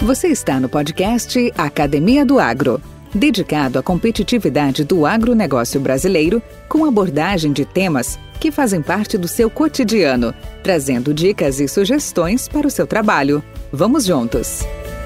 Você está no podcast Academia do Agro, dedicado à competitividade do agronegócio brasileiro, com abordagem de temas que fazem parte do seu cotidiano, trazendo dicas e sugestões para o seu trabalho. Vamos juntos!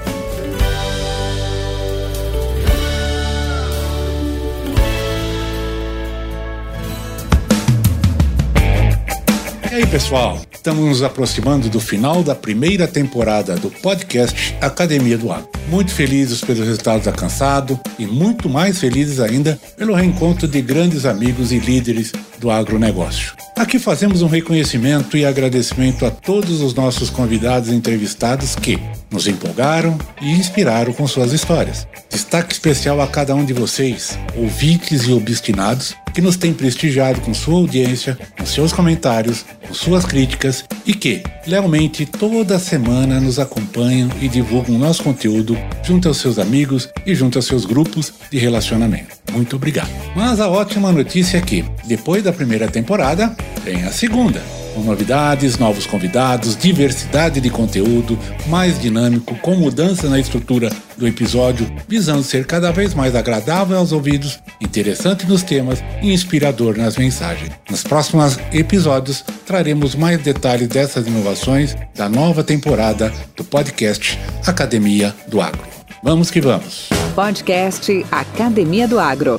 E aí, pessoal, estamos nos aproximando do final da primeira temporada do podcast Academia do Agro. Muito felizes pelos resultados alcançados e muito mais felizes ainda pelo reencontro de grandes amigos e líderes do agronegócio. Aqui fazemos um reconhecimento e agradecimento a todos os nossos convidados e entrevistados que nos empolgaram e inspiraram com suas histórias. Destaque especial a cada um de vocês, ouvintes e obstinados, que nos têm prestigiado com sua audiência, com seus comentários, com suas críticas e que, lealmente, toda semana nos acompanham e divulgam o nosso conteúdo junto aos seus amigos e junto aos seus grupos de relacionamento. Muito obrigado. Mas a ótima notícia é que, depois da primeira temporada, vem a segunda. Com novidades, novos convidados, diversidade de conteúdo, mais dinâmico, com mudança na estrutura do episódio, visando ser cada vez mais agradável aos ouvidos, interessante nos temas e inspirador nas mensagens. Nos próximos episódios, traremos mais detalhes dessas inovações da nova temporada do podcast Academia do Agro. Vamos que vamos! Podcast Academia do Agro.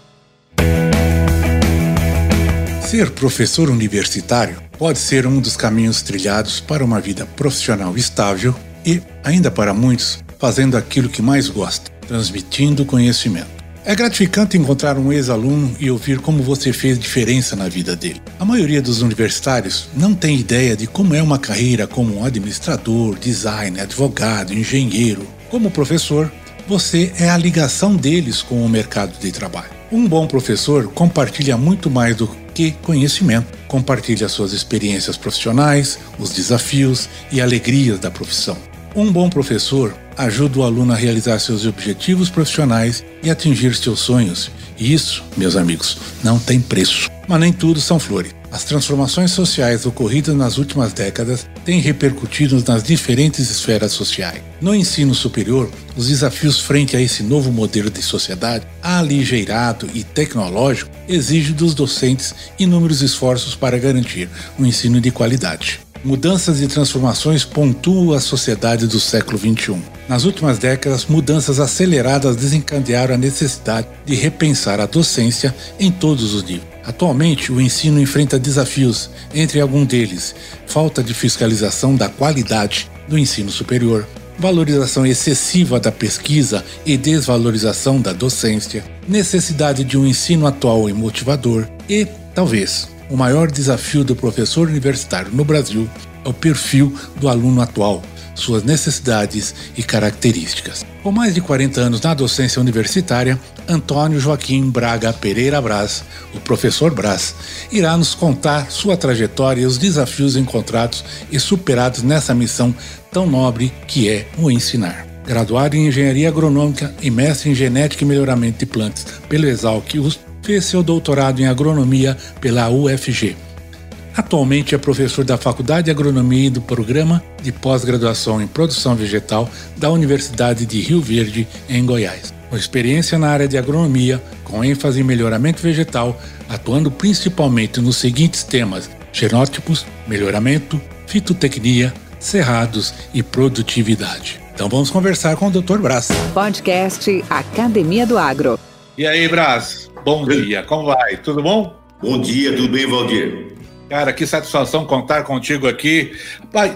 Ser professor universitário pode ser um dos caminhos trilhados para uma vida profissional estável e, ainda para muitos, fazendo aquilo que mais gosta, transmitindo conhecimento. É gratificante encontrar um ex-aluno e ouvir como você fez diferença na vida dele. A maioria dos universitários não tem ideia de como é uma carreira como administrador, designer, advogado, engenheiro. Como professor, você é a ligação deles com o mercado de trabalho. Um bom professor compartilha muito mais do que conhecimento. Compartilha suas experiências profissionais, os desafios e alegrias da profissão. Um bom professor ajuda o aluno a realizar seus objetivos profissionais e atingir seus sonhos. E isso, meus amigos, não tem preço. Mas nem tudo são flores. As transformações sociais ocorridas nas últimas décadas têm repercutido nas diferentes esferas sociais. No ensino superior, os desafios frente a esse novo modelo de sociedade, aligeirado e tecnológico, exigem dos docentes inúmeros esforços para garantir um ensino de qualidade. Mudanças e transformações pontuam a sociedade do século XXI. Nas últimas décadas, mudanças aceleradas desencadearam a necessidade de repensar a docência em todos os níveis. Atualmente, o ensino enfrenta desafios, entre alguns deles, falta de fiscalização da qualidade do ensino superior, valorização excessiva da pesquisa e desvalorização da docência, necessidade de um ensino atual e motivador e, talvez, o maior desafio do professor universitário no Brasil é o perfil do aluno atual, suas necessidades e características. Com mais de 40 anos na docência universitária, Antônio Joaquim Braga Pereira Braz, o professor Braz, irá nos contar sua trajetória e os desafios encontrados e superados nessa missão tão nobre que é o ensinar. Graduado em Engenharia Agronômica e mestre em Genética e Melhoramento de Plantas pelo Exalc USP, fez seu doutorado em Agronomia pela UFG. Atualmente é professor da Faculdade de Agronomia e do Programa de Pós-Graduação em Produção Vegetal da Universidade de Rio Verde, em Goiás. Com experiência na área de agronomia, com ênfase em melhoramento vegetal, atuando principalmente nos seguintes temas: genótipos, melhoramento, fitotecnia, cerrados e produtividade. Então vamos conversar com o Dr. Braz. Podcast Academia do Agro. E aí, Braz? Bom dia, como vai? Tudo bom? Bom dia, tudo bem, Valdir? Cara, que satisfação contar contigo aqui. Pai,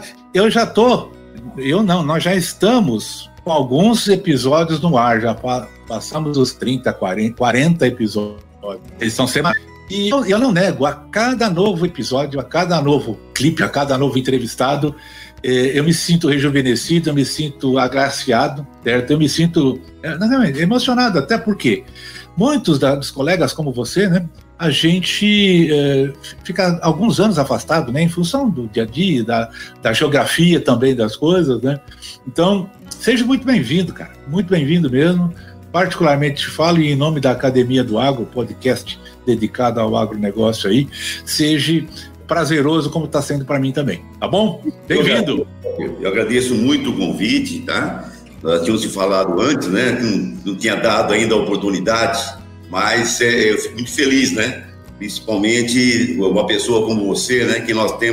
nós já estamos com alguns episódios no ar, já passamos os 30, 40 episódios. Eles são semanais. E eu não nego, a cada novo episódio, a cada novo clipe, a cada novo entrevistado, eu me sinto rejuvenescido, eu me sinto agraciado, certo? Eu me sinto emocionado, até porque muitos dos colegas como você, né, a gente fica alguns anos afastado, né, em função do dia a dia, da geografia também das coisas, né? Então, seja muito bem-vindo, cara, muito bem-vindo mesmo. Particularmente falo em nome da Academia do Agro, podcast dedicado ao agronegócio aí, seja prazeroso como está sendo para mim também, tá bom? Bem-vindo! Eu agradeço muito o convite, tá? Nós tínhamos se falado antes, né? Não tinha dado ainda a oportunidade, mas eu fico muito feliz, né? Principalmente uma pessoa como você, né? Que nós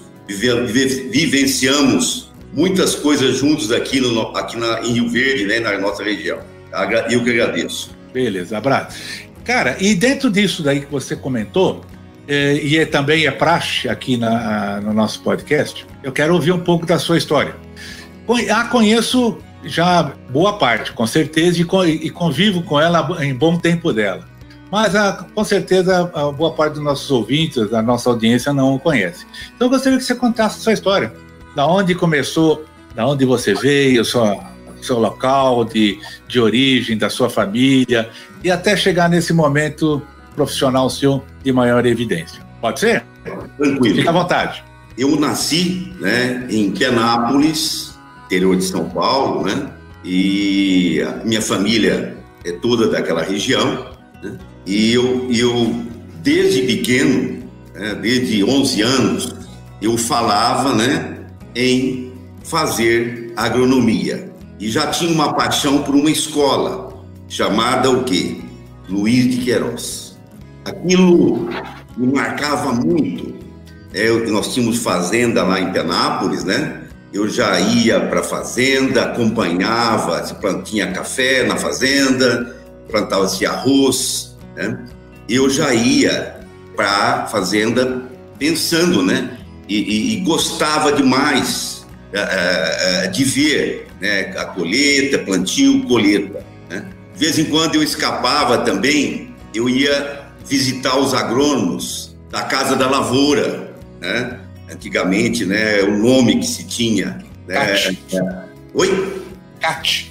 vivenciamos muitas coisas juntos aqui em Rio Verde, né? Na nossa região. Eu que agradeço. Beleza, abraço. Cara, e dentro disso daí que você comentou, e também é praxe aqui no nosso podcast, eu quero ouvir um pouco da sua história. Conheço já boa parte, com certeza, e convivo com ela em bom tempo dela. Mas, com certeza, a boa parte dos nossos ouvintes, da nossa audiência, não o conhece. Então, eu gostaria que você contasse a sua história. Da onde começou, da onde você veio, seu local de origem, da sua família, e até chegar nesse momento profissional seu de maior evidência. Pode ser? Tranquilo. Fique à vontade. Eu nasci, né, em Penápolis, interior de São Paulo, né? E a minha família é toda daquela região, né? E eu desde pequeno, né, desde 11 anos, eu falava, né, em fazer agronomia. E já tinha uma paixão por uma escola chamada o quê? Luiz de Queiroz. Aquilo me marcava muito. Nós tínhamos fazenda lá em Penápolis, né? Eu já ia para a fazenda, acompanhava, se plantinha café na fazenda, plantava-se arroz, né? Eu já ia para a fazenda pensando, né? E gostava demais de ver, né, a colheita, plantio, colheita, né? De vez em quando eu escapava também, eu ia visitar os agrônomos da Casa da Lavoura, né? Antigamente, né, o nome que se tinha, né? Oi? Cate.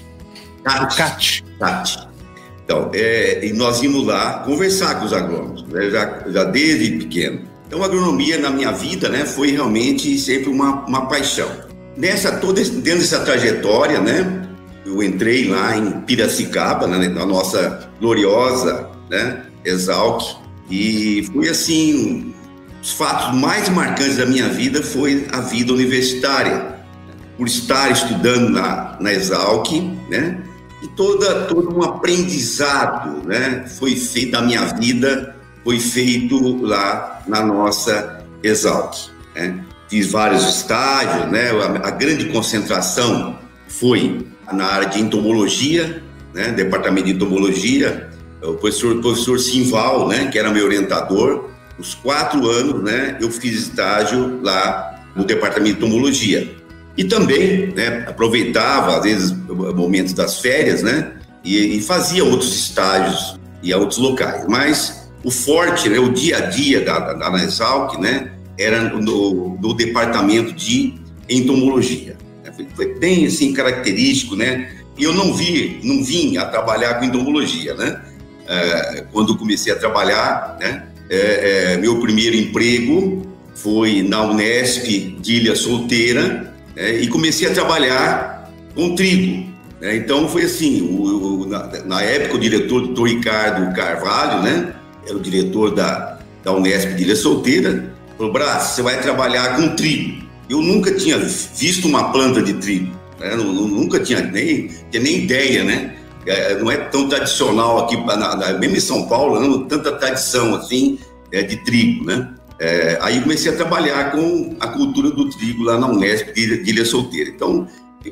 Então, e nós íamos lá conversar com os agrônomos, né, já desde pequeno. Então, a agronomia na minha vida, né, foi realmente sempre uma paixão. Dentro dessa trajetória, né, eu entrei lá em Piracicaba, né, na nossa gloriosa, né, Exalc, e foi assim, os fatos mais marcantes da minha vida foi a vida universitária, por estar estudando na Exalc, né, e todo um aprendizado, né, foi feito da minha vida, foi feito lá na nossa Exalc, né. Fiz vários estágios, né, a grande concentração foi na área de entomologia, né, departamento de entomologia, o professor Simval, né, que era meu orientador. Os 4 anos, né, eu fiz estágio lá no departamento de entomologia. E também, né, aproveitava, às vezes, momentos das férias, né, e fazia outros estágios e a outros locais. Mas o forte, né, o dia a dia da Exalc, né, era no departamento de entomologia. Foi bem, assim, característico, né? E eu não vim a trabalhar com entomologia, né? Quando comecei a trabalhar, né? Meu primeiro emprego foi na Unesp de Ilha Solteira, né? E comecei a trabalhar com trigo, né? Então foi assim, na época o diretor, Dr. Ricardo Carvalho, né? Era o diretor da Unesp de Ilha Solteira, falou: Brás, você vai trabalhar com trigo. Eu nunca tinha visto uma planta de trigo, né? Nunca tinha nem ideia, né? Não é tão tradicional aqui, mesmo em São Paulo, não tanta tradição assim de trigo, né? Aí comecei a trabalhar com a cultura do trigo lá na Unesp de Ilha Solteira. Então,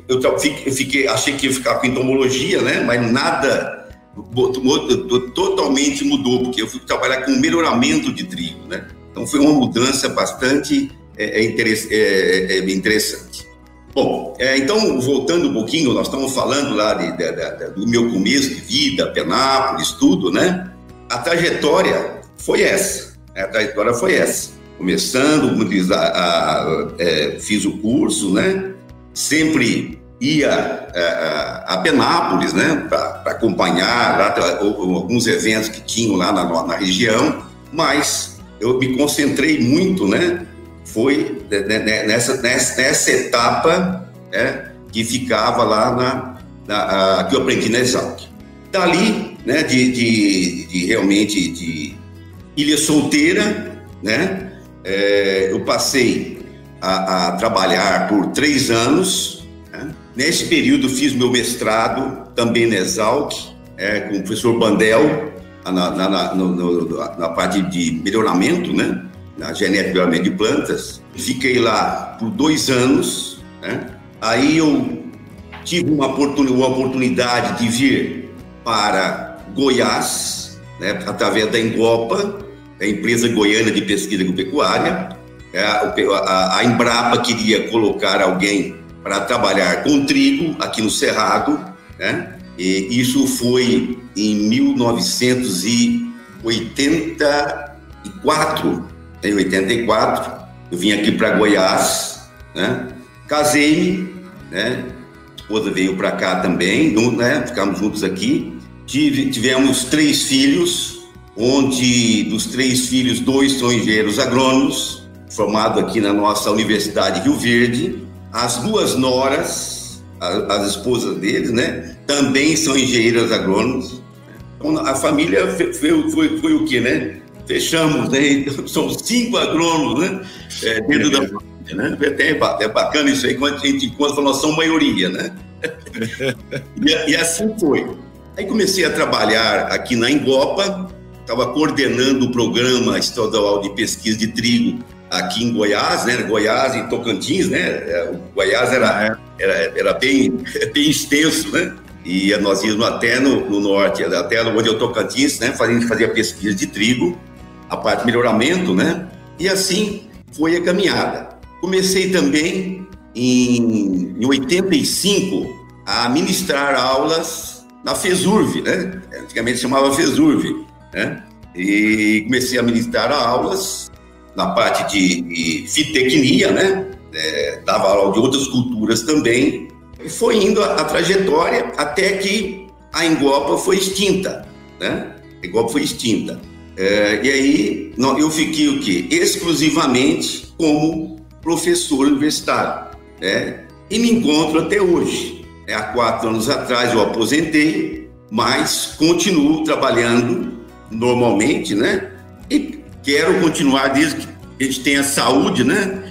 achei que ia ficar com entomologia, né? Mas nada totalmente mudou, porque eu fui trabalhar com melhoramento de trigo, né? Então, foi uma mudança bastante interessante. Bom, então, voltando um pouquinho, nós estamos falando lá do meu começo de vida, Penápolis, tudo, né? A trajetória foi essa. Começando, fiz o curso, né? Sempre ia a Penápolis, né? Para acompanhar lá, alguns eventos que tinham lá na região, mas eu me concentrei muito, né? Foi nessa etapa, né, que ficava lá que eu aprendi na Exalc. Dali, né, realmente de Ilha Solteira, né, eu passei a trabalhar por 3 anos, né, Nesse período fiz meu mestrado, também na Exalc, com o professor Bandel, na parte de melhoramento, né? Na genética e melhoramento de plantas. Fiquei lá por 2 anos, né? Aí eu tive uma oportunidade de vir para Goiás, né? Através da Engopa, a empresa goiana de pesquisa agropecuária. A Embrapa queria colocar alguém para trabalhar com trigo aqui no Cerrado, né? E isso foi em 1984. Em 84, eu vim aqui para Goiás, né? Casei-me, né? A esposa veio para cá também, né? Ficamos juntos aqui. Tivemos 3 filhos, onde dos 3 filhos, 2 são engenheiros agrônomos, formados aqui na nossa Universidade de Rio Verde. As 2 noras, as esposas deles, né? Também são engenheiras agrônomos. Então, a família foi o quê, né? Fechamos, né? São 5 agrônomos, né? Dentro da família, né? É bacana isso aí, quando a gente encontra, nós somos maioria, né? E assim foi. Aí comecei a trabalhar aqui na Engopa, estava coordenando o programa estadual de pesquisa de trigo aqui em Goiás, né? Goiás e Tocantins, né? O Goiás era bem extenso, né? E nós íamos até no norte, até onde eu Tocantins, né? Fazia pesquisa de trigo, a parte de melhoramento, né? E assim foi a caminhada. Comecei também em 85 a ministrar aulas na FESURV, né? Antigamente chamava FESURV, né? E comecei a ministrar aulas na parte de fitotecnia, né? Dava aula de outras culturas também. E foi indo a trajetória até que a Engopa foi extinta, né? A Engopa foi extinta. E aí eu fiquei o quê? Exclusivamente como professor universitário, né? E me encontro até hoje. Há 4 anos atrás eu aposentei, mas continuo trabalhando normalmente, né? E quero continuar desde que a gente tenha saúde, né?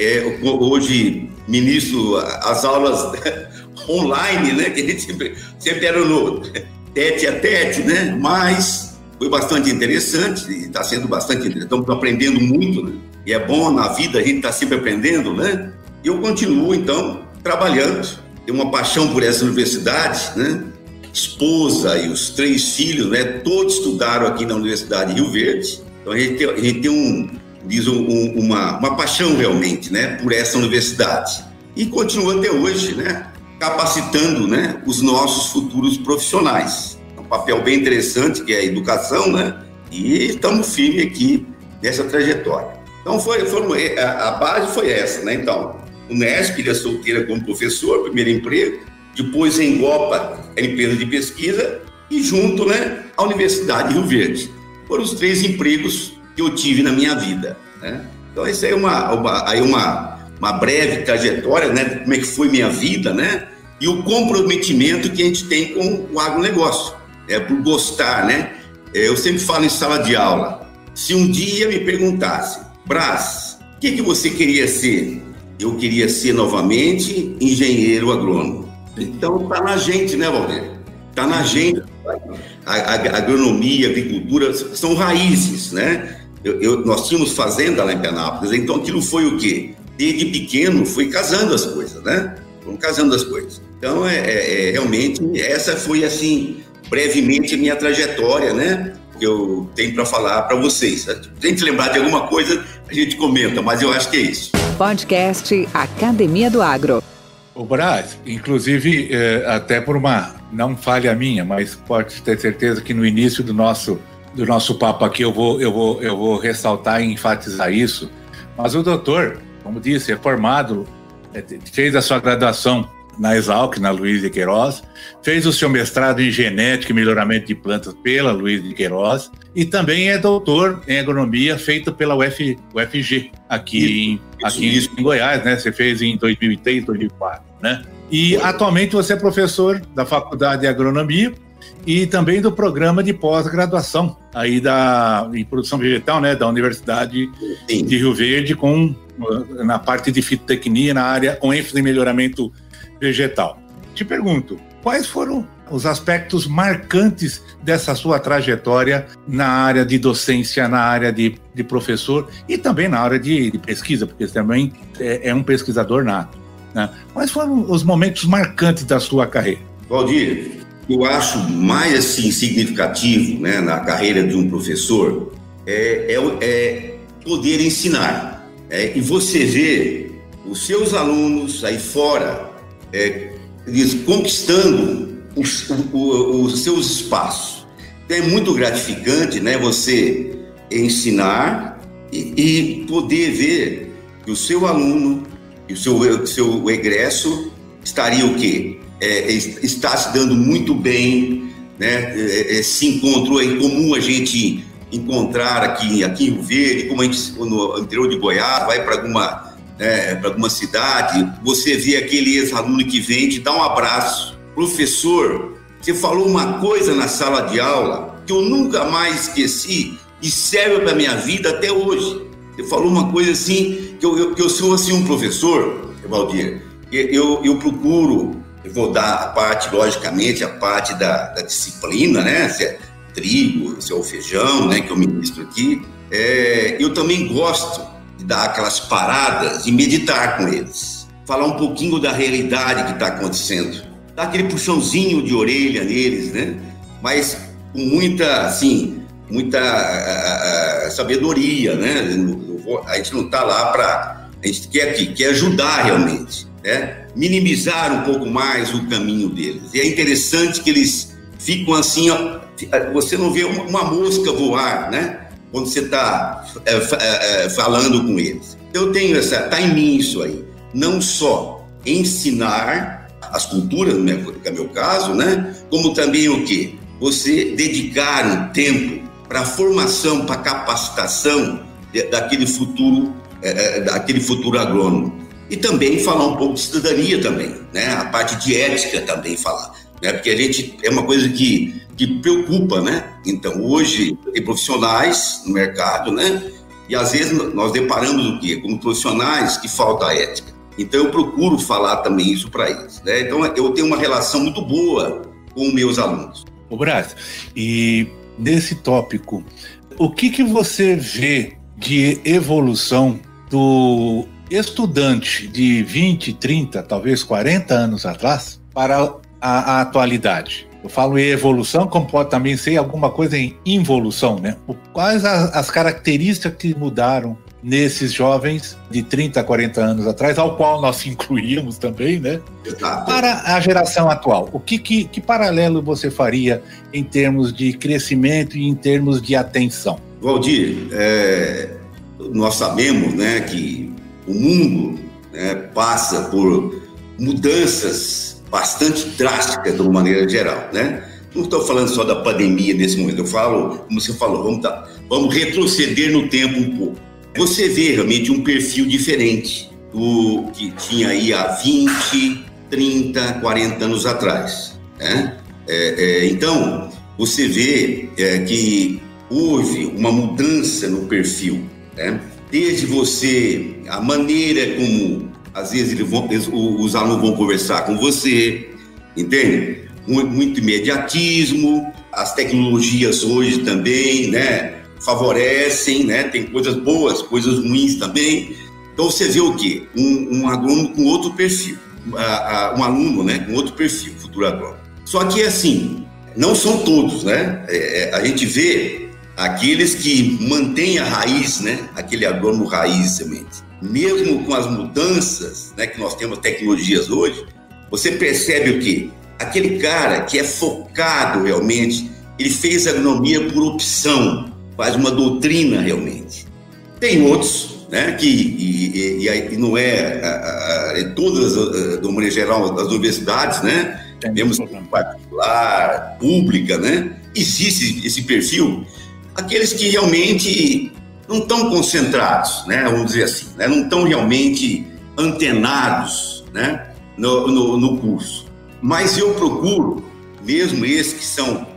Hoje ministro as aulas online, né? Que a gente sempre era no tete a tete, né? Mas foi bastante interessante e está sendo bastante interessante. Estamos aprendendo muito, né? E é bom na vida, a gente está sempre aprendendo, né? E eu continuo, então, trabalhando. Tenho uma paixão por essa universidade, né? Esposa e os 3 filhos, né? Todos estudaram aqui na Universidade de Rio Verde. Então, a gente tem uma paixão realmente, né? Por essa universidade. E continua até hoje, né? Capacitando, né? Os nossos futuros profissionais. Um papel bem interessante, que é a educação, né? E estamos firmes aqui nessa trajetória. Então, a base foi essa, né? Então, Unesp, Ilha Solteira como professor, primeiro emprego, depois em Engopa, a empresa de pesquisa, e junto, né, a Universidade de Rio Verde. Foram os 3 empregos que eu tive na minha vida, né? Então, isso aí é uma breve trajetória, né? Como é que foi minha vida, né? E o comprometimento que a gente tem com o agronegócio, por gostar, né? Eu sempre falo em sala de aula, se um dia me perguntasse, Brás, o que você queria ser? Eu queria ser novamente engenheiro agrônomo. Então tá na gente, né, Valdir? Tá na gente. A agronomia, a agricultura são raízes, né? Nós tínhamos fazenda lá em Penápolis, então aquilo foi o quê? Desde pequeno fui casando as coisas, né? Foram casando as coisas. Então, realmente, essa foi, assim, brevemente a minha trajetória, né? Que eu tenho para falar para vocês. Se a gente lembrar de alguma coisa, a gente comenta, mas eu acho que é isso. Podcast Academia do Agro. O Brás, inclusive, até por uma não falha minha, mas pode ter certeza que no início do nosso papo aqui eu vou ressaltar e enfatizar isso. Mas o doutor, como disse, é formado, fez a sua graduação na Exalc, na Luiz de Queiroz, fez o seu mestrado em genética e melhoramento de plantas pela Luiz de Queiroz e também é doutor em agronomia feito pela UFG, aqui em Goiás, né? Você fez em 2003, 2004, né? E atualmente você é professor da Faculdade de Agronomia e também do programa de pós-graduação aí em produção vegetal, né? Da Universidade de Rio Verde, na parte de fitotecnia, na área com ênfase em melhoramento vegetal. Te pergunto, quais foram os aspectos marcantes dessa sua trajetória na área de docência, na área de professor e também na área de pesquisa, porque você também é um pesquisador nato, né? Quais foram os momentos marcantes da sua carreira? Valdir, eu acho mais assim, significativo, né, na carreira de um professor é poder ensinar. E você vê os seus alunos aí fora eles conquistando os seus espaços. Então é muito gratificante, né, você ensinar e poder ver que o seu aluno e o seu egresso estaria o quê? Está se dando muito bem, né? Se encontrou, é incomum a gente encontrar aqui em Rio Verde, como a gente no interior de Goiás, vai para alguma cidade, você vê aquele ex-aluno que vem te dá um abraço. Professor, você falou uma coisa na sala de aula que eu nunca mais esqueci e serve para a minha vida até hoje. Você falou uma coisa assim, que eu sou assim um professor, Valdir, eu procuro, eu vou dar a parte, logicamente, a parte da disciplina, né? Se é trigo, se é o feijão, né? Que eu ministro aqui. Eu também gosto de dar aquelas paradas e meditar com eles. Falar um pouquinho da realidade que está acontecendo. Dar aquele puxãozinho de orelha neles, né? Mas com muita sabedoria, né? A gente não está lá para... A gente quer ajudar realmente, né? Minimizar um pouco mais o caminho deles. E é interessante que eles ficam assim, ó, você não vê uma mosca voar, né? Quando você está falando com eles. Eu tenho tá em mim isso aí. Não só ensinar as culturas, que é meu caso, né? Como também o quê? Você dedicar um tempo para a formação, para a capacitação daquele futuro agrônomo. E também falar um pouco de cidadania também, né? A parte de ética também falar, né? Porque a gente é uma coisa que preocupa, né? Então, hoje tem profissionais no mercado, né? E às vezes nós deparamos o quê? Como profissionais que falta ética. Então, eu procuro falar também isso para eles, né? Então, eu tenho uma relação muito boa com meus alunos. Ô Brás, e nesse tópico, o que você vê de evolução do estudante de 20, 30, talvez 40 anos atrás para a atualidade? Eu falo em evolução, como pode também ser alguma coisa em involução, né? Quais as características que mudaram nesses jovens de 30 a 40 anos atrás, ao qual nós incluíamos também, né? Exato. Para a geração atual, que paralelo você faria em termos de crescimento e em termos de atenção? Valdir, nós sabemos, né, que o mundo, né, passa por mudanças bastante drásticas de uma maneira geral, né? Não estou falando só da pandemia nesse momento, eu falo, como você falou, vamos retroceder no tempo um pouco. Você vê realmente um perfil diferente do que tinha aí há 20, 30, 40 anos atrás, né? Então, você vê que houve uma mudança no perfil, né? Desde a maneira como, às vezes, os alunos vão conversar com você, entende? Muito imediatismo, as tecnologias hoje também, né, favorecem, né? Tem coisas boas, coisas ruins também. Então, você vê o quê? Um agrônomo com outro perfil, um aluno, né, com outro perfil, futuro agrônomo. Só que, assim, não são todos, né? A gente vê aqueles que mantêm a raiz, né? Aquele agrônomo raiz semente. Mesmo com as mudanças, né, que nós temos tecnologias hoje, você percebe o quê? Aquele cara que é focado realmente, ele fez agronomia por opção, faz uma doutrina realmente. Tem outros, né, que não todas, de maneira geral, das universidades, né? Temos particular, pública, né? Existe esse perfil. Aqueles que realmente não estão concentrados, né? Vamos dizer assim, né? Não estão realmente antenados, né? No curso. Mas eu procuro, mesmo esses que são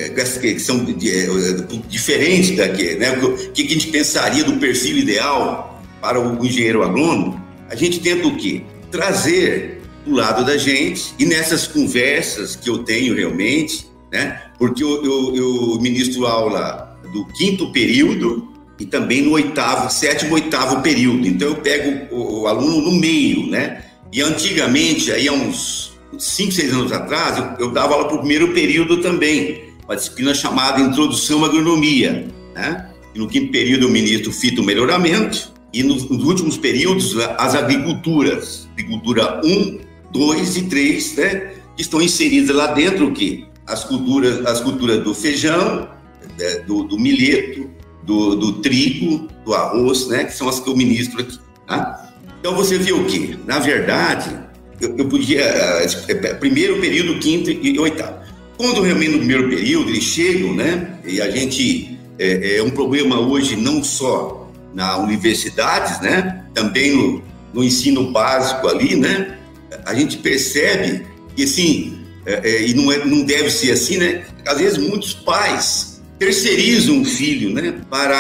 diferentes daqui, né? O que a gente pensaria do perfil ideal para o engenheiro agrônomo, a gente tenta o quê? Trazer do lado da gente, e nessas conversas que eu tenho realmente, né? Porque eu ministro aula do 5º período e também no 7º, 8º período. Então eu pego o aluno no meio, né? E antigamente, aí há uns 5, 6 anos atrás, eu dava aula para o 1º período também, uma disciplina chamada Introdução à Agronomia, né? E no 5º período eu ministro fitomelhoramento, e nos últimos períodos as agriculturas, agricultura 1, 2 e 3, né? Que estão inseridas lá dentro o quê? As culturas do feijão, do milheto, do trigo, do arroz, né? Que são as que eu ministro aqui, tá? Então você vê o quê? Na verdade, eu podia... 1º período, 5º e 8º. Quando realmente no 1º período eles chegam, né? E a gente... É um problema hoje não só na universidades, né? Também no ensino básico ali, né? A gente percebe que, assim... e não deve ser assim, né? Às vezes muitos pais terceirizam o filho, né, para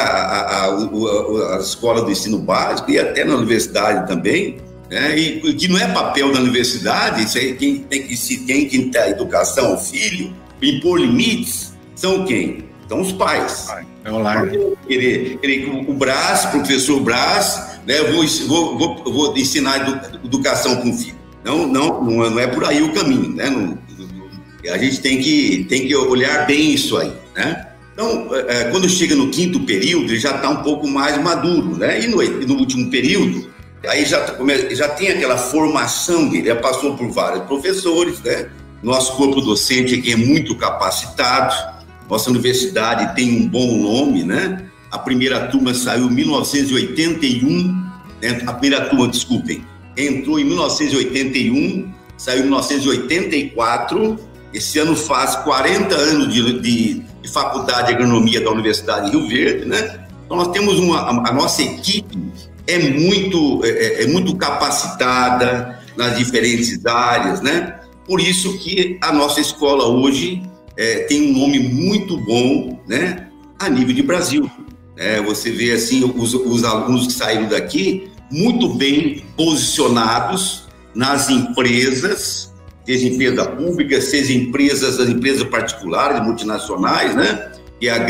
a escola do ensino básico e até na universidade também, né? E que não é papel da universidade. Isso aí, quem tem que dar educação ao filho, impor limites, são quem? São os pais. É o lar. Querer que o Brás, professor Brás, né, vou ensinar educação para um filho. Não é por aí o caminho, né? A gente tem que olhar bem isso aí, né? Então, quando chega no 5º período, ele já está um pouco mais maduro, né? E no último período, aí já tem aquela formação dele, já passou por vários professores, né? Nosso corpo docente aqui é muito capacitado, nossa universidade tem um bom nome, né? A primeira turma saiu em 1981, né? A primeira turma, desculpem, entrou em 1981, saiu em 1984, esse ano faz 40 anos de faculdade de agronomia da Universidade de Rio Verde, né? Então nós temos a nossa equipe é muito capacitada nas diferentes áreas, né? Por isso que a nossa escola hoje tem um nome muito bom, né? A nível de Brasil. Você vê assim os alunos que saíram daqui muito bem posicionados nas empresas, seja empresa pública, seja as empresas particulares, multinacionais, né? Que é a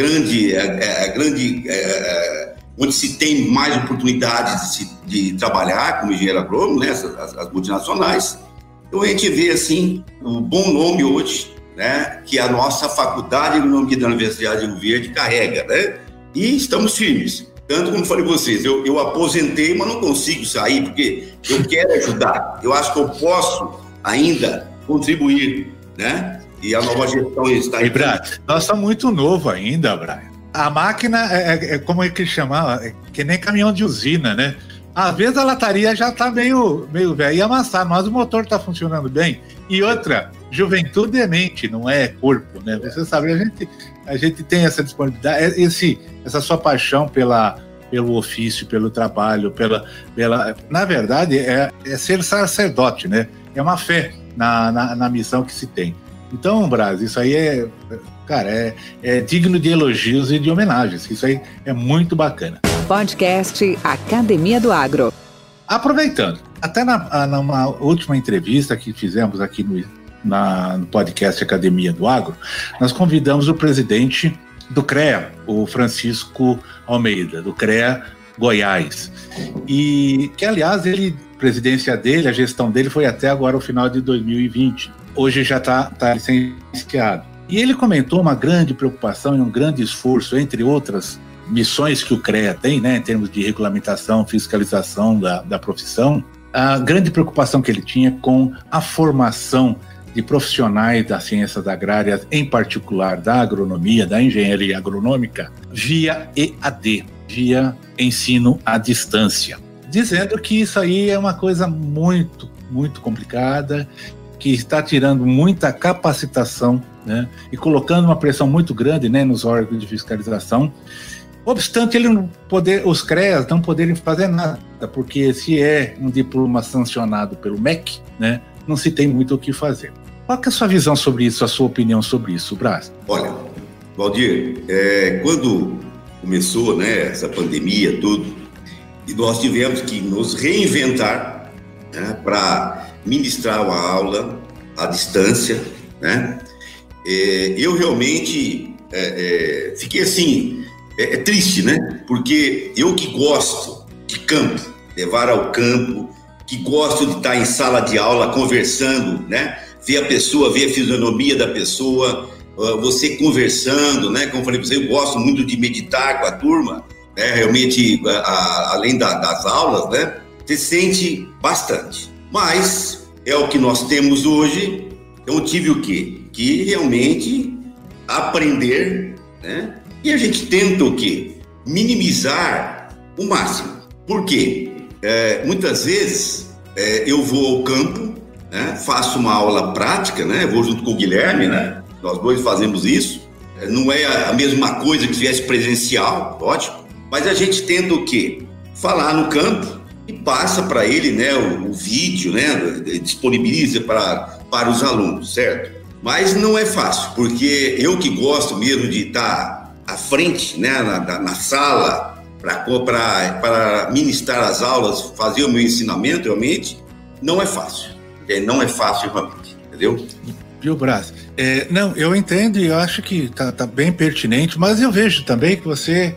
grande onde se tem mais oportunidades de trabalhar como engenheiro agrônomo, né? As multinacionais. Então a gente vê assim o bom nome hoje, né? Que a nossa faculdade de agronomia da Universidade de Rio Verde carrega, né? E estamos firmes. Tanto como falei para vocês, eu aposentei, mas não consigo sair, porque eu quero ajudar. Eu acho que eu posso ainda contribuir, né? E a nova gestão está... E, Brian, nós estamos muito novo ainda, Brian. A máquina, como é que chamava? Que nem caminhão de usina, né? Às vezes a lataria já está meio velha e amassada, mas o motor está funcionando bem. E outra, juventude é mente, não é corpo, né? Você sabe, a gente tem essa disponibilidade, essa sua paixão pelo ofício, pelo trabalho, na verdade, é ser sacerdote, né? É uma fé na missão que se tem. Então, Brás, isso aí é digno de elogios e de homenagens. Isso aí é muito bacana. Podcast Academia do Agro. Aproveitando, até numa última entrevista que fizemos aqui no podcast Academia do Agro, nós convidamos o presidente do CREA, o Francisco Almeida, do CREA Goiás. E que, aliás, a presidência dele, a gestão dele foi até agora o final de 2020. Hoje já está licenciado. E ele comentou uma grande preocupação e um grande esforço, entre outras missões que o CREA tem, né, em termos de regulamentação, fiscalização da profissão, a grande preocupação que ele tinha com a formação de profissionais das ciências agrárias, em particular da agronomia, da engenharia agronômica, via EAD, via ensino à distância, dizendo que isso aí é uma coisa muito, muito complicada, que está tirando muita capacitação, né, e colocando uma pressão muito grande, né, nos órgãos de fiscalização. Obstante os CREAs não poderem fazer nada, porque se é um diploma sancionado pelo MEC, né, não se tem muito o que fazer. Qual que é a sua visão sobre isso, a sua opinião sobre isso, Brás? Olha, Valdir, quando começou, né, essa pandemia, tudo, e nós tivemos que nos reinventar, né, para ministrar uma aula à distância, né? Eu realmente fiquei assim, triste, né? Porque eu que gosto de campo, levar ao campo, que gosto de estar em sala de aula conversando, né? Ver a pessoa, ver a fisionomia da pessoa, você conversando, né? Como eu falei para você, eu gosto muito de meditar com a turma, né? Realmente, além das aulas, né? Você sente bastante. Mas é o que nós temos hoje. Então, eu tive o quê? Que realmente aprender, né? E a gente tenta o quê? Minimizar o máximo. Por quê? Muitas vezes eu vou ao campo, né? Faço uma aula prática, né? Vou junto com o Guilherme, né? Nós dois fazemos isso. Não é a mesma coisa que tivesse presencial, lógico, mas a gente tenta o quê? Falar no campo e passa para ele, né, o vídeo, né? Disponibiliza para os alunos, certo? Mas não é fácil, porque eu que gosto mesmo de estar à frente, né, na sala, para ministrar as aulas, fazer o meu ensinamento, realmente, não é fácil. Não é fácil, realmente, entendeu? Viu, Brás? Não, eu entendo e eu acho que tá bem pertinente, mas eu vejo também que você,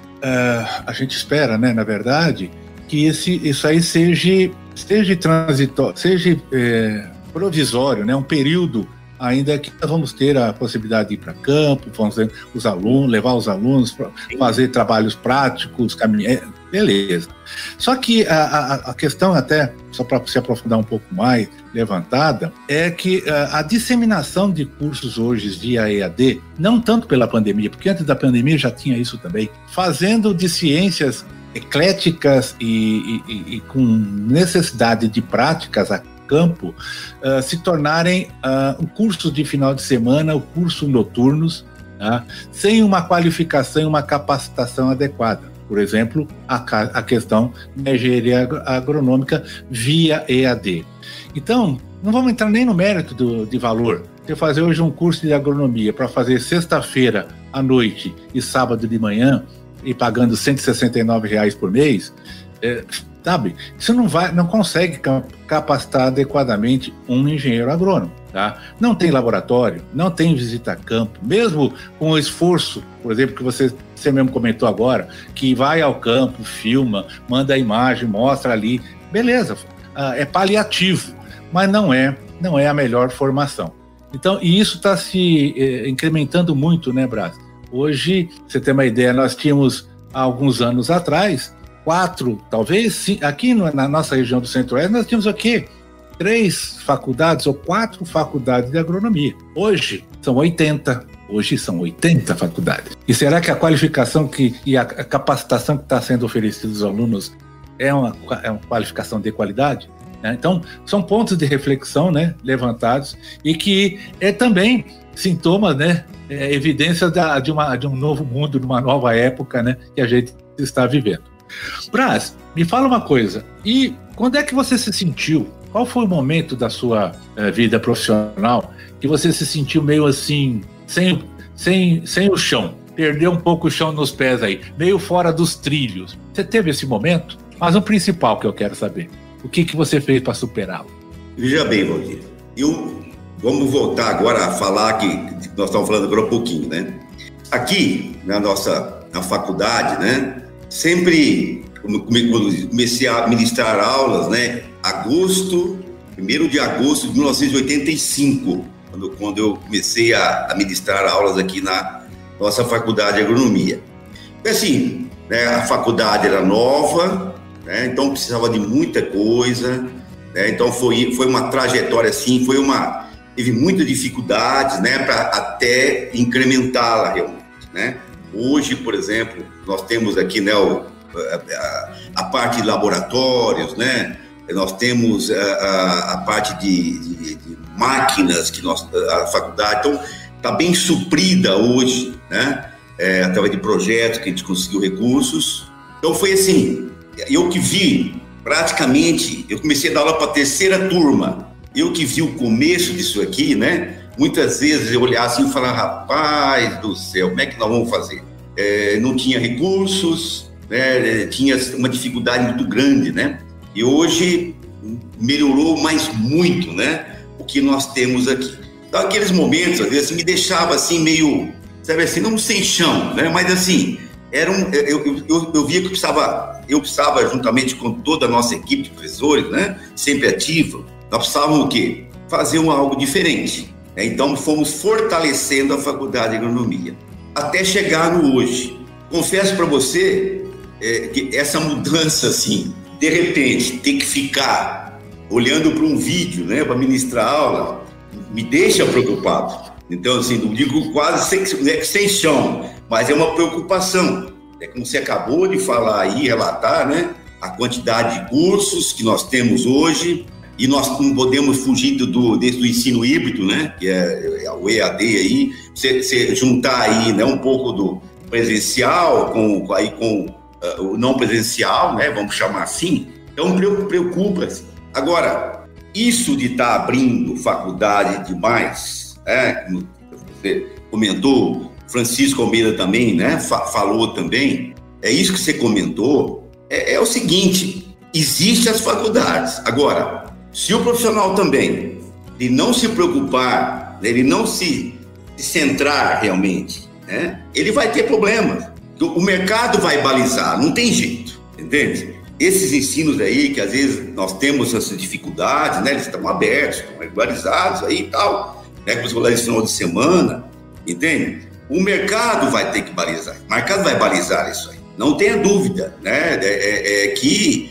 a gente espera, né, na verdade, que isso aí seja transitório, seja provisório, né, um período ainda que nós vamos ter a possibilidade de ir para campo, vamos ter os alunos, levar os alunos para fazer trabalhos práticos, beleza. Só que a questão, até só para se aprofundar um pouco mais, levantada, é que a disseminação de cursos hoje via EAD, não tanto pela pandemia, porque antes da pandemia já tinha isso também, fazendo de ciências ecléticas e com necessidade de práticas a campo, se tornarem um curso de final de semana, o curso noturnos, tá? Sem uma qualificação e uma capacitação adequada. Por exemplo, a questão da engenharia agronômica via EAD. Então, não vamos entrar nem no mérito de valor. Se eu fazer hoje um curso de agronomia para fazer sexta-feira à noite e sábado de manhã, e pagando R$ 169 por mês, sabe? Isso não consegue capacitar adequadamente um engenheiro agrônomo, tá? Não tem laboratório, não tem visita a campo, mesmo com o esforço, por exemplo, que você mesmo comentou agora, que vai ao campo, filma, manda a imagem, mostra ali, beleza, é paliativo, mas não é a melhor formação. Então, e isso está se incrementando muito, né, Brás? Hoje, você tem uma ideia, nós tínhamos, há alguns anos atrás, 4, talvez, aqui na nossa região do Centro-Oeste, nós tínhamos o quê? 3 faculdades ou 4 faculdades de agronomia. Hoje, são 80. Hoje são 80 faculdades. E será que a qualificação e a capacitação que está sendo oferecida aos alunos é uma qualificação de qualidade? Então, são pontos de reflexão, né, levantados e que é também sintoma, né, evidência de um novo mundo, de uma nova época, né, que a gente está vivendo. Brás, me fala uma coisa, e quando é que você se sentiu, qual foi o momento da sua vida profissional que você se sentiu meio assim, sem o chão, perdeu um pouco o chão nos pés aí, meio fora dos trilhos? Você teve esse momento? Mas o principal que eu quero saber, o que você fez para superá-lo? Veja bem, Valdir, vamos voltar agora a falar que nós estamos falando agora um pouquinho, né? Aqui, na faculdade, né? Sempre, quando comecei a ministrar aulas, né? 1º de agosto de 1985, quando eu comecei a ministrar aulas aqui na nossa faculdade de agronomia. Assim, né, a faculdade era nova, né, então precisava de muita coisa, né, então foi uma trajetória assim, teve muitas dificuldades, né, para até incrementá-la realmente, né. Hoje, por exemplo, nós temos aqui, né, a parte de laboratórios, né, nós temos a parte de máquinas que a faculdade, então, está bem suprida hoje, né, através de projetos que a gente conseguiu recursos. Então, foi assim, eu que vi, praticamente, eu comecei a dar aula para a 3ª turma, eu que vi o começo disso aqui, né, muitas vezes eu olhava assim e falava, rapaz do céu, como é que nós vamos fazer? Não tinha recursos, né, tinha uma dificuldade muito grande, né? E hoje melhorou mais muito, né, o que nós temos aqui. Então, aqueles momentos, às vezes, me deixava assim meio, sabe assim, não sem chão, né, mas assim, eu via que eu precisava, juntamente com toda a nossa equipe de professores, né, sempre ativa, nós precisávamos o quê? Fazer algo diferente. Né? Então, fomos fortalecendo a Faculdade de Agronomia, até chegar no hoje. Confesso para você que essa mudança, assim, de repente, ter que ficar olhando para um vídeo, né, para ministrar aula, me deixa preocupado. Então, assim, não digo quase sem chão, mas é uma preocupação. É como você acabou de falar aí, relatar, né, a quantidade de cursos que nós temos hoje, e nós não podemos fugir do ensino híbrido, né, que é o EAD aí, você juntar aí, né, um pouco do presencial com o não presencial, né, vamos chamar assim, então preocupa-se. Agora, isso de estar abrindo faculdade demais, como você comentou, Francisco Almeida também, né, falou também, é isso que você comentou, é o seguinte, existem as faculdades. Agora, se o profissional também, ele não se preocupar, ele não se centrar realmente, né, ele vai ter problemas. O mercado vai balizar, não tem jeito, entende? Esses ensinos aí, que às vezes nós temos essas dificuldades, né, eles estão abertos, estão regularizados aí e tal, né, com os rolês de final de semana, entende? O mercado vai ter que balizar, o mercado vai balizar isso aí, não tenha dúvida, né, que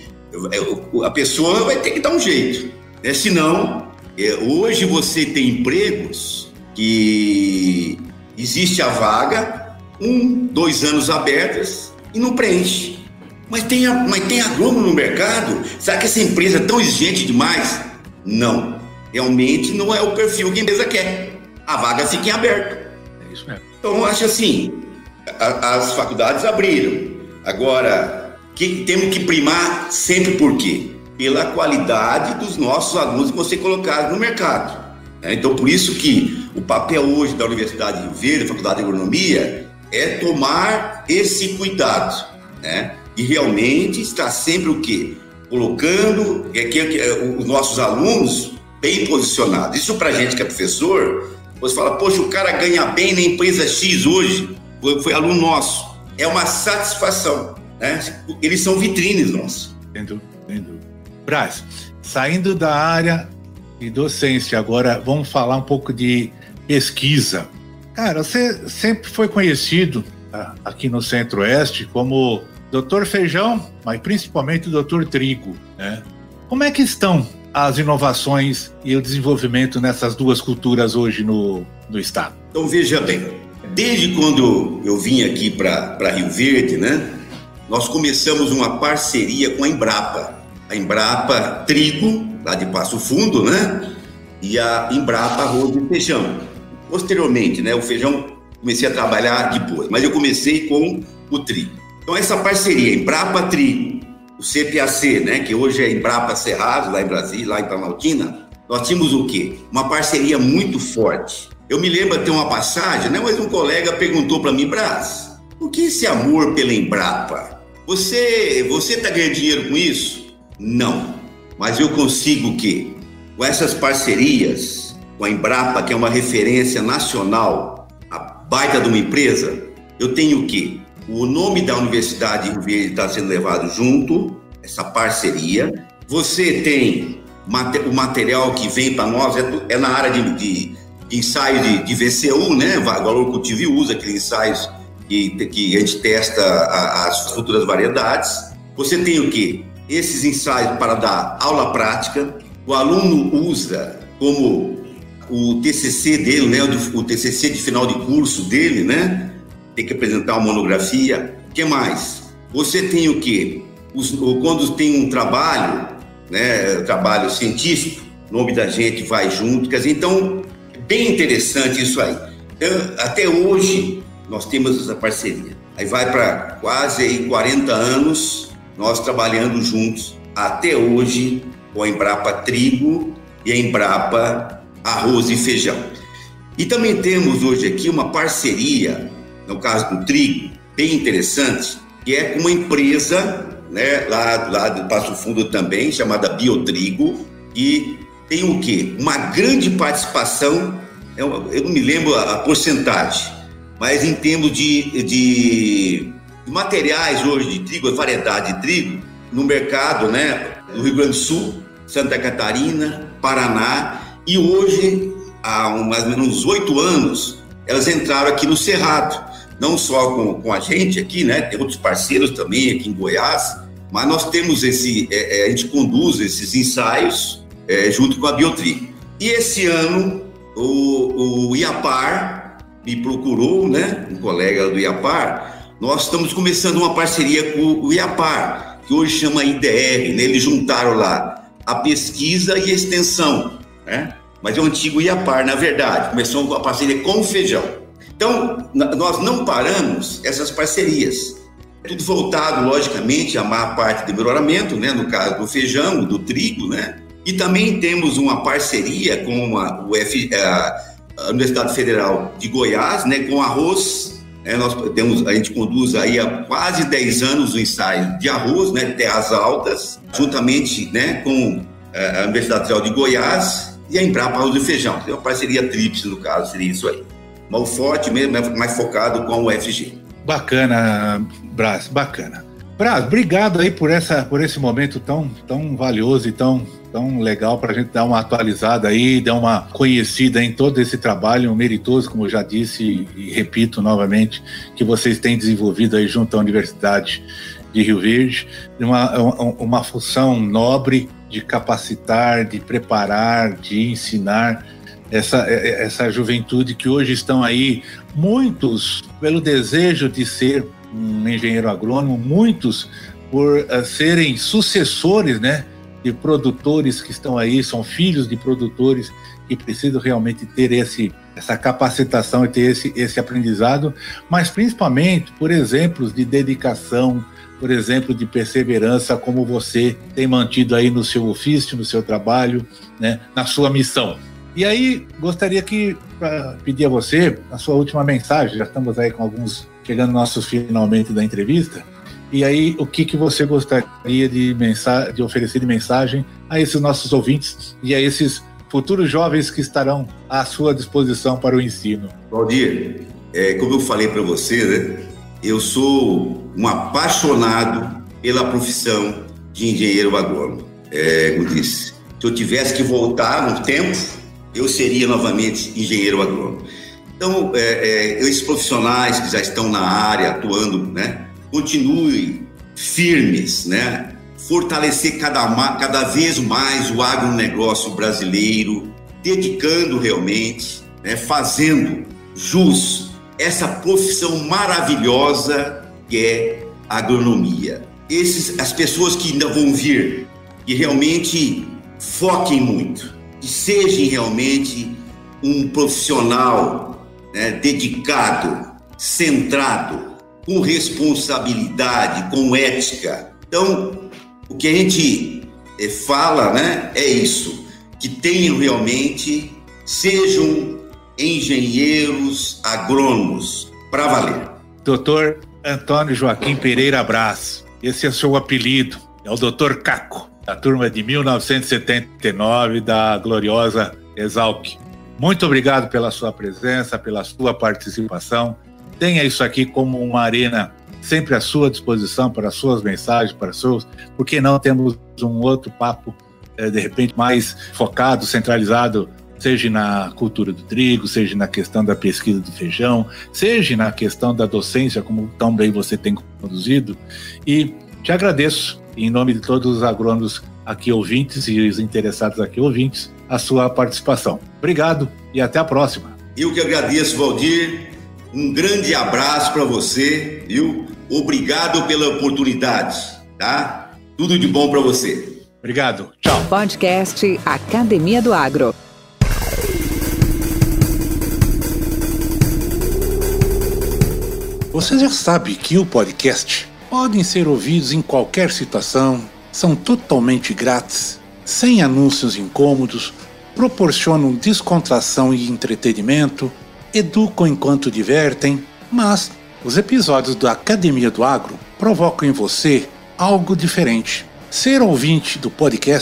a pessoa vai ter que dar um jeito, né, senão, hoje você tem empregos que existe a vaga, 1, 2 anos abertas e não preenche. Mas tem agrônomo no mercado? Será que essa empresa é tão exigente demais? Não. Realmente não é o perfil que a empresa quer. A vaga fica em aberto. É isso mesmo. Então, eu acho assim, as faculdades abriram. Agora, temos que primar sempre por quê? Pela qualidade dos nossos alunos que você colocar no mercado. Então, por isso que o papel hoje da Universidade de Rio Verde, da Faculdade de Agronomia, é tomar esse cuidado, né? E realmente estar sempre o quê? Colocando os nossos alunos bem posicionados. Isso para a gente que é professor, você fala, poxa, o cara ganha bem na empresa X hoje, foi aluno nosso. É uma satisfação, né? Eles são vitrines nossos. Entendo. Braz, saindo da área de docência, agora vamos falar um pouco de pesquisa. Cara, você sempre foi conhecido aqui no Centro-Oeste como Dr. Feijão, mas principalmente Dr. Trigo, né? Como é que estão as inovações e o desenvolvimento nessas duas culturas hoje no estado? Então, veja bem, desde quando eu vim aqui para Rio Verde, né, nós começamos uma parceria com a Embrapa Trigo, lá de Passo Fundo, né, e a Embrapa Arroz e Feijão. Posteriormente, né, o feijão comecei a trabalhar depois, mas eu comecei com o trigo. Então, essa parceria, Embrapa Trigo, o CPAC, né, que hoje é Embrapa Cerrado, lá em Brasília, lá em Planaltina, nós tínhamos o quê? Uma parceria muito forte. Eu me lembro de ter uma passagem, né, mas um colega perguntou para mim, Braz, por que esse amor pela Embrapa? Você está ganhando dinheiro com isso? Não. Mas eu consigo o quê? Com essas parcerias, com a Embrapa, que é uma referência nacional, a baita de uma empresa, eu tenho o quê? O nome da Universidade de Rio Verde está sendo levado junto, essa parceria. Você tem o material que vem para nós, é na área de ensaio de VCU, né? Valor cultivo e uso, aqueles ensaios que a gente testa as futuras variedades. Você tem o quê? Esses ensaios para dar aula prática. O aluno usa como o TCC dele, né? O TCC de final de curso dele, né? Tem que apresentar uma monografia. O que mais? Você tem o quê? Quando tem um trabalho, né? Trabalho científico, o nome da gente vai junto. Quer dizer, então, bem interessante isso aí. Então, até hoje, nós temos essa parceria. Aí vai para quase aí 40 anos, nós trabalhando juntos, até hoje, com a Embrapa Trigo e a Embrapa Arroz e Feijão. E também temos hoje aqui uma parceria, no caso do trigo, bem interessante, que é com uma empresa, né, lá do Passo Fundo também, chamada Biotrigo, e tem o quê? Uma grande participação, eu não me lembro a porcentagem, mas em termos de materiais hoje de trigo, a variedade de trigo, no mercado, né, do Rio Grande do Sul, Santa Catarina, Paraná, e hoje, há mais ou menos 8 anos, elas entraram aqui no Cerrado, não só com a gente aqui, né, tem outros parceiros também aqui em Goiás, mas nós temos a gente conduz esses ensaios junto com a Biotrigo. E esse ano, o IAPAR me procurou, né, um colega do IAPAR, nós estamos começando uma parceria com o IAPAR, que hoje chama IDR, né, eles juntaram lá a pesquisa e a extensão, né, mas é o antigo IAPAR, na verdade, começou a parceria com o feijão. Então, nós não paramos essas parcerias, tudo voltado, logicamente, a má parte de melhoramento, né, no caso do feijão, do trigo, né, e também temos uma parceria com a Universidade Federal de Goiás, né, com arroz. A gente conduz aí há quase 10 anos o ensaio de arroz, né, terras altas, juntamente, né, com a Universidade Federal de Goiás e a Embrapa Arroz e Feijão. Tem uma parceria tríplice, no caso, seria isso aí. Mas o forte mesmo é mais focado com o UFG. Bacana, Braz, bacana. Braz, obrigado aí por esse momento tão valioso e tão legal para a gente dar uma atualizada aí, dar uma conhecida em todo esse trabalho meritoso, como eu já disse e repito novamente, que vocês têm desenvolvido aí junto à Universidade de Rio Verde, uma função nobre de capacitar, de preparar, de ensinar essa juventude que hoje estão aí, muitos pelo desejo de ser um engenheiro agrônomo, muitos por serem sucessores, né, de produtores que estão aí, são filhos de produtores que precisam realmente ter essa capacitação e ter esse aprendizado, mas principalmente por exemplos de dedicação, por exemplo, de perseverança, como você tem mantido aí no seu ofício, no seu trabalho, né, na sua missão. E aí, gostaria para pedir a você a sua última mensagem, já estamos aí com alguns chegando nossos finalmente da entrevista, e aí o que você gostaria de oferecer de mensagem a esses nossos ouvintes e a esses futuros jovens que estarão à sua disposição para o ensino? Valdir, como eu falei para você, né, eu sou um apaixonado pela profissão de engenheiro agrônomo. Como disse, se eu tivesse que voltar no tempo, eu seria novamente engenheiro agrônomo. Então, esses profissionais que já estão na área, atuando, né, continuem firmes, né, fortalecer cada vez mais o agronegócio brasileiro, dedicando realmente, né, fazendo jus essa profissão maravilhosa que é a agronomia. As pessoas que ainda vão vir, que realmente foquem muito, que sejam realmente um profissional, né, dedicado, centrado, com responsabilidade, com ética. Então, o que a gente fala, né, é isso, que tenham realmente, sejam engenheiros agrônomos, para valer. Doutor Antônio Joaquim Pereira Braz, esse é o seu apelido, é o Doutor Caco, da turma de 1979 da gloriosa Exalc. Muito obrigado pela sua presença, pela sua participação. Tenha isso aqui como uma arena sempre à sua disposição para as suas mensagens, para seus. Por que não temos um outro papo, de repente, mais focado, centralizado, seja na cultura do trigo, seja na questão da pesquisa do feijão, seja na questão da docência, como tão bem você tem conduzido. E te agradeço, em nome de todos os agrônomos aqui ouvintes e os interessados aqui ouvintes, a sua participação. Obrigado e até a próxima. Eu que agradeço, Valdir. Um grande abraço para você, viu? Obrigado pela oportunidade, tá? Tudo de bom para você. Obrigado. Tchau. Podcast Academia do Agro. Você já sabe que o podcast podem ser ouvidos em qualquer situação, são totalmente grátis, sem anúncios incômodos, proporcionam descontração e entretenimento, educam enquanto divertem, mas os episódios da Academia do Agro provocam em você algo diferente. Ser ouvinte do podcast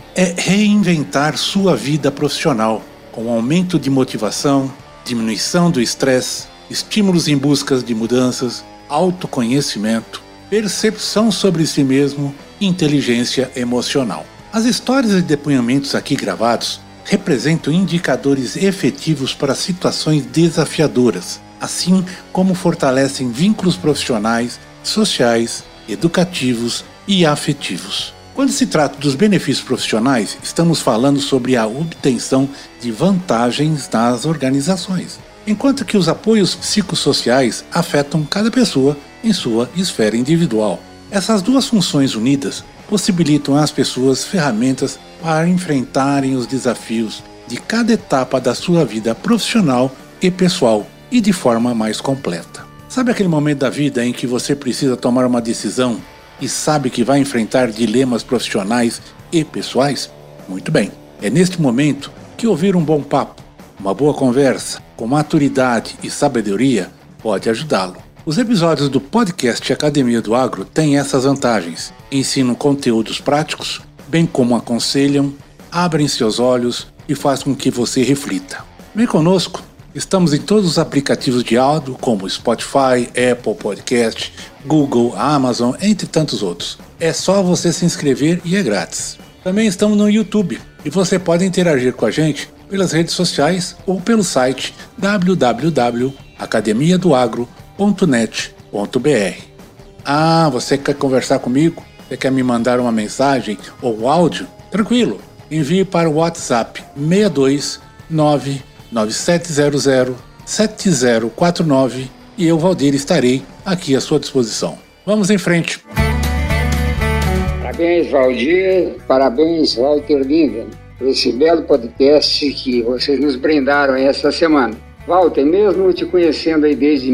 é reinventar sua vida profissional, com aumento de motivação, diminuição do estresse, estímulos em busca de mudanças, autoconhecimento, percepção sobre si mesmo, inteligência emocional. As histórias e depoimentos aqui gravados representam indicadores efetivos para situações desafiadoras, assim como fortalecem vínculos profissionais, sociais, educativos e afetivos. Quando se trata dos benefícios profissionais, estamos falando sobre a obtenção de vantagens nas organizações, enquanto que os apoios psicossociais afetam cada pessoa em sua esfera individual. Essas duas funções unidas possibilitam às pessoas ferramentas para enfrentarem os desafios de cada etapa da sua vida profissional e pessoal e de forma mais completa. Sabe aquele momento da vida em que você precisa tomar uma decisão e sabe que vai enfrentar dilemas profissionais e pessoais? Muito bem, é neste momento que ouvir um bom papo, uma boa conversa, com maturidade e sabedoria pode ajudá-lo. Os episódios do podcast Academia do Agro têm essas vantagens. Ensinam conteúdos práticos, bem como aconselham, abrem seus olhos e fazem com que você reflita. Vem conosco, estamos em todos os aplicativos de áudio como Spotify, Apple Podcast, Google, Amazon, entre tantos outros. É só você se inscrever e é grátis. Também estamos no YouTube e você pode interagir com a gente pelas redes sociais ou pelo site www.academiadoagro.net.br. Você quer conversar comigo? Você quer me mandar uma mensagem ou áudio? Tranquilo, envie para o WhatsApp 62 99700 7049 e eu, Valdir, estarei aqui à sua disposição. Vamos em frente. Parabéns, Valdir. Parabéns, Walter Linden, por esse belo podcast que vocês nos brindaram essa semana. Walter, mesmo te conhecendo aí desde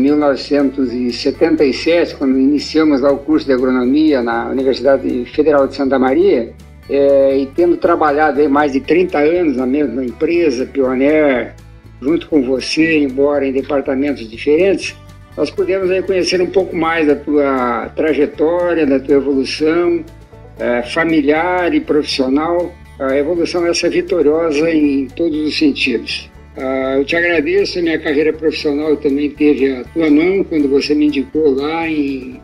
1977, quando iniciamos lá o curso de agronomia na Universidade Federal de Santa Maria, e tendo trabalhado aí mais de 30 anos na mesma empresa, Pioneer, junto com você, embora em departamentos diferentes, nós pudemos aí conhecer um pouco mais da tua trajetória, da tua evolução familiar e profissional, a evolução essa vitoriosa em todos os sentidos. Eu te agradeço, a minha carreira profissional também teve a tua mão quando você me indicou lá em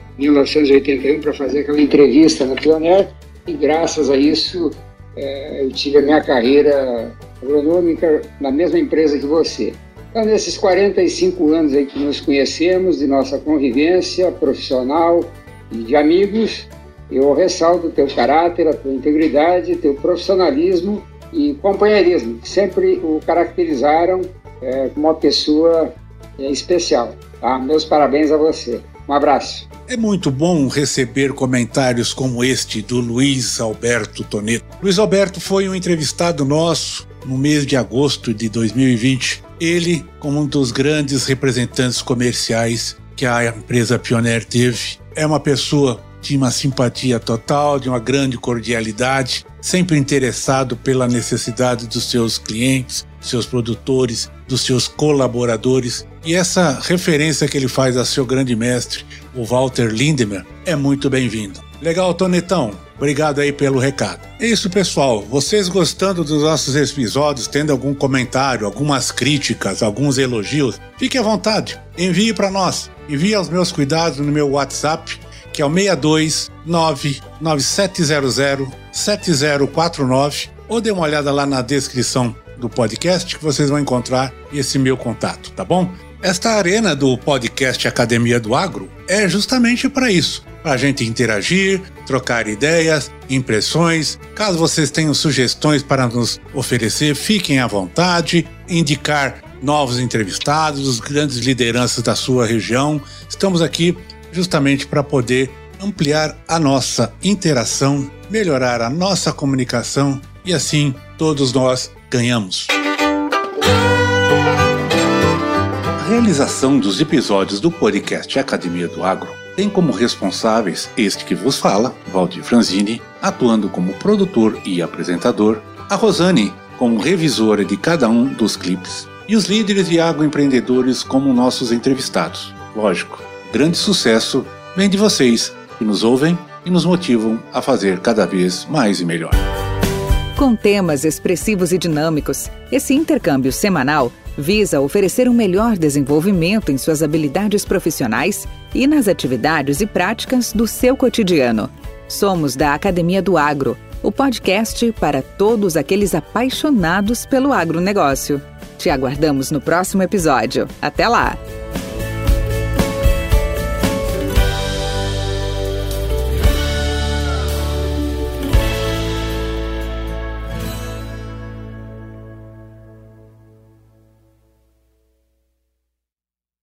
1981 para fazer aquela entrevista na Pioneer e graças a isso eu tive a minha carreira agronômica na mesma empresa que você. Então, nesses 45 anos aí que nos conhecemos, de nossa convivência profissional e de amigos, eu ressalto o teu caráter, a tua integridade, teu profissionalismo e companheirismo, que sempre o caracterizaram como uma pessoa especial. Tá? Meus parabéns a você. Um abraço. É muito bom receber comentários como este do Luiz Alberto Toneto. Luiz Alberto foi um entrevistado nosso no mês de agosto de 2020. Ele, como um dos grandes representantes comerciais que a empresa Pioneer teve, é uma pessoa de uma simpatia total, de uma grande cordialidade, sempre interessado pela necessidade dos seus clientes, seus produtores, dos seus colaboradores. E essa referência que ele faz a seu grande mestre, o Walter Lindemann, é muito bem-vindo. Legal, Tonetão. Obrigado aí pelo recado. É isso, pessoal. Vocês gostando dos nossos episódios, tendo algum comentário, algumas críticas, alguns elogios, fique à vontade. Envie para nós. Envie aos meus cuidados no meu WhatsApp, que é o 62 99700 7049, ou dê uma olhada lá na descrição do podcast que vocês vão encontrar esse meu contato, tá bom? Esta arena do podcast Academia do Agro é justamente para isso, para a gente interagir, trocar ideias, impressões. Caso vocês tenham sugestões para nos oferecer, fiquem à vontade, indicar novos entrevistados, os grandes lideranças da sua região. Estamos aqui justamente para poder ampliar a nossa interação, melhorar a nossa comunicação e assim todos nós ganhamos. A realização dos episódios do podcast Academia do Agro tem como responsáveis este que vos fala, Valdir Franzini, atuando como produtor e apresentador, a Rosane como revisora de cada um dos clipes e os líderes e agroempreendedores como nossos entrevistados. Lógico, grande sucesso vem de vocês que nos ouvem e nos motivam a fazer cada vez mais e melhor. Com temas expressivos e dinâmicos, esse intercâmbio semanal visa oferecer um melhor desenvolvimento em suas habilidades profissionais e nas atividades e práticas do seu cotidiano. Somos da Academia do Agro, o podcast para todos aqueles apaixonados pelo agronegócio. Te aguardamos no próximo episódio. Até lá!